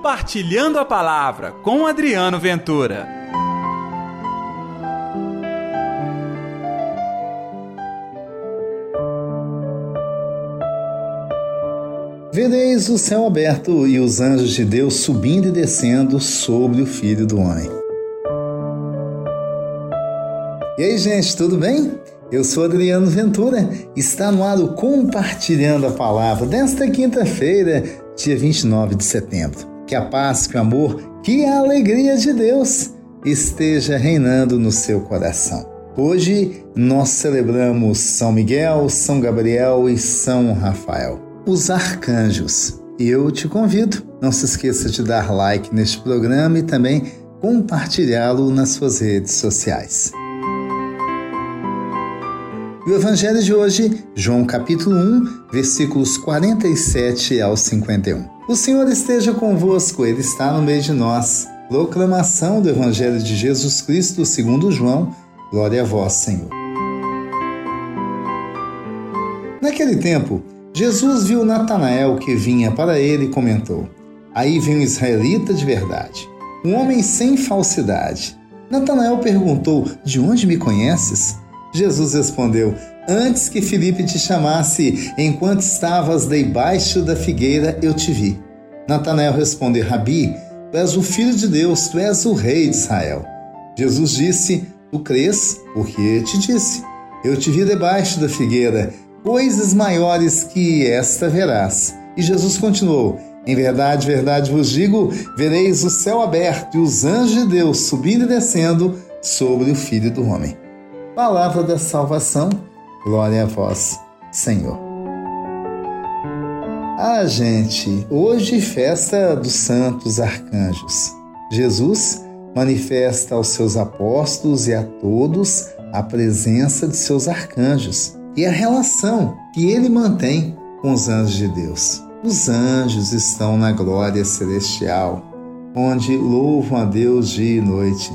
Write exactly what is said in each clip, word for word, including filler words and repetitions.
Compartilhando a Palavra com Adriano Ventura. Vereis o céu aberto e os anjos de Deus subindo e descendo sobre o Filho do Homem. E aí, gente, tudo bem? Eu sou Adriano Ventura, está no ar o Compartilhando a Palavra desta quinta-feira, dia vinte e nove de setembro. Que a paz, que o amor, que a alegria de Deus esteja reinando no seu coração. Hoje nós celebramos São Miguel, São Gabriel e São Rafael, os arcanjos. E eu te convido, não se esqueça de dar like neste programa e também compartilhá-lo nas suas redes sociais. E o Evangelho de hoje, João capítulo um, versículos quarenta e sete ao cinquenta e um. O Senhor esteja convosco, Ele está no meio de nós. Proclamação do Evangelho de Jesus Cristo segundo João. Glória a vós, Senhor. Naquele tempo, Jesus viu Natanael que vinha para ele e comentou: aí vem um israelita de verdade, um homem sem falsidade. Natanael perguntou: de onde me conheces? Jesus respondeu: antes que Filipe te chamasse, enquanto estavas debaixo da figueira, eu te vi. Natanael respondeu: Rabi, tu és o Filho de Deus, tu és o Rei de Israel. Jesus disse: tu crês, porque te disse. Eu te vi debaixo da figueira, coisas maiores que esta verás. E Jesus continuou: em verdade, verdade vos digo, vereis o céu aberto e os anjos de Deus subindo e descendo sobre o Filho do Homem. Palavra da salvação, glória a vós, Senhor. Ah, gente, hoje festa dos santos arcanjos. Jesus manifesta aos seus apóstolos e a todos a presença de seus arcanjos e a relação que ele mantém com os anjos de Deus. Os anjos estão na glória celestial, onde louvam a Deus dia e noite.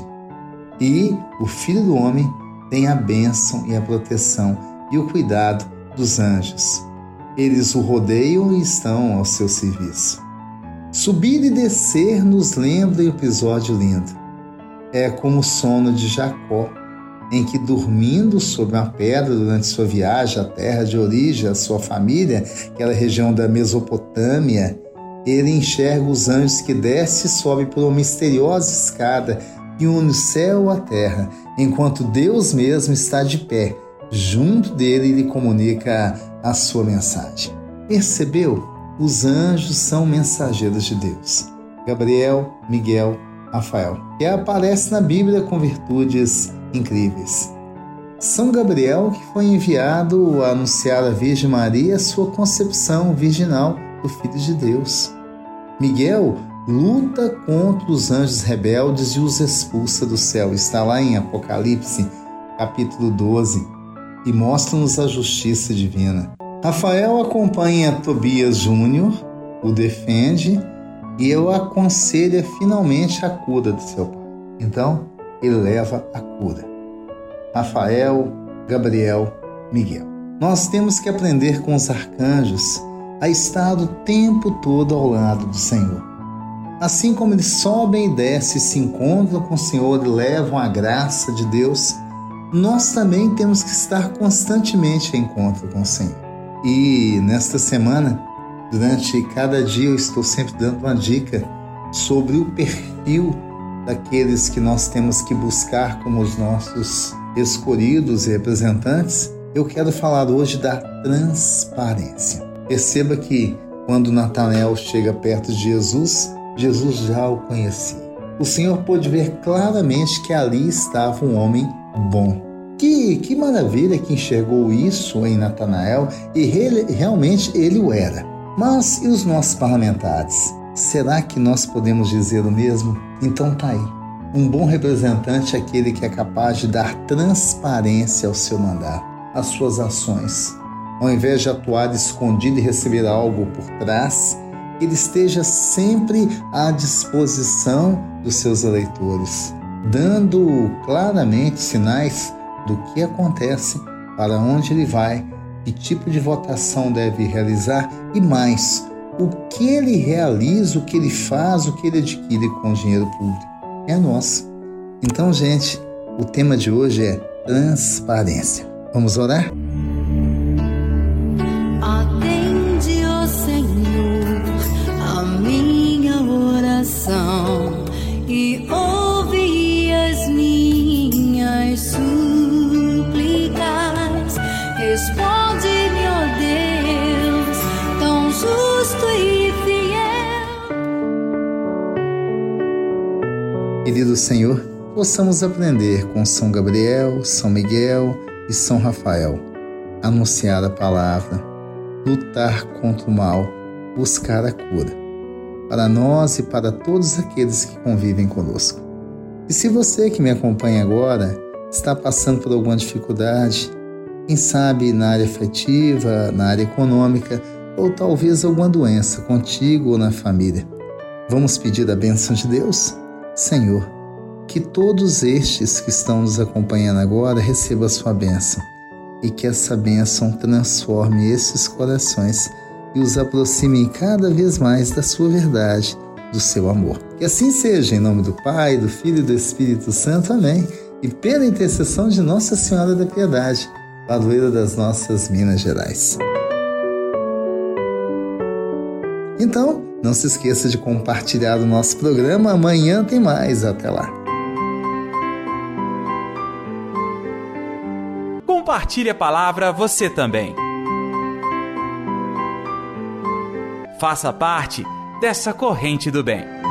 E o Filho do Homem tem a bênção e a proteção e o cuidado dos anjos. Eles o rodeiam e estão ao seu serviço. Subir e descer nos lembra um episódio lindo. É como o sono de Jacó, em que, dormindo sobre uma pedra durante sua viagem à terra de origem, a sua família, aquela região da Mesopotâmia, ele enxerga os anjos que descem e sobem por uma misteriosa escada que une o céu à terra, enquanto Deus mesmo está de pé, junto dele e lhe comunica a sua mensagem. Percebeu? Os anjos são mensageiros de Deus. Gabriel, Miguel, Rafael, que aparece na Bíblia com virtudes incríveis. São Gabriel, que foi enviado a anunciar à Virgem Maria a sua concepção virginal do Filho de Deus. Miguel luta contra os anjos rebeldes e os expulsa do céu. Está lá em Apocalipse, capítulo doze, e mostra-nos a justiça divina. Rafael acompanha Tobias Júnior, o defende e o aconselha finalmente a cura de seu pai. Então, ele leva a cura. Rafael, Gabriel, Miguel. Nós temos que aprender com os arcanjos a estar o tempo todo ao lado do Senhor. Assim como eles sobem e descem, se encontram com o Senhor e levam a graça de Deus, nós também temos que estar constantemente em encontro com o Senhor. E nesta semana, durante cada dia, eu estou sempre dando uma dica sobre o perfil daqueles que nós temos que buscar como os nossos escolhidos e representantes. Eu quero falar hoje da transparência. Perceba que quando Natanael chega perto de Jesus, Jesus já o conhecia. O Senhor pôde ver claramente que ali estava um homem bom. Que, que maravilha que enxergou isso em Natanael, e ele, realmente ele o era. Mas e os nossos parlamentares? Será que nós podemos dizer o mesmo? Então tá aí. Um bom representante é aquele que é capaz de dar transparência ao seu mandato, às suas ações. Ao invés de atuar escondido e receber algo por trás, ele esteja sempre à disposição dos seus eleitores, dando claramente sinais do que acontece, para onde ele vai, que tipo de votação deve realizar e mais, o que ele realiza, o que ele faz, o que ele adquire com o dinheiro público. É nosso. Então, gente, o tema de hoje é transparência. Vamos orar? Atende, ó Senhor, a minha oração e ouve as minhas súplicas. Responde-me, ó Deus, tão justo e fiel. Querido Senhor, possamos aprender com São Gabriel, São Miguel e São Rafael, anunciar a palavra, lutar contra o mal, buscar a cura, para nós e para todos aqueles que convivem conosco. E se você que me acompanha agora está passando por alguma dificuldade, quem sabe na área afetiva, na área econômica, ou talvez alguma doença contigo ou na família, vamos pedir a bênção de Deus? Senhor, que todos estes que estão nos acompanhando agora recebam a sua bênção e que essa bênção transforme esses corações e os aproxime cada vez mais da sua verdade, do seu amor. Que assim seja, em nome do Pai, do Filho e do Espírito Santo. Amém. E pela intercessão de Nossa Senhora da Piedade, padroeira das nossas Minas Gerais. Então, não se esqueça de compartilhar o nosso programa. Amanhã tem mais. Até lá. Compartilhe a palavra você também. Faça parte dessa corrente do bem.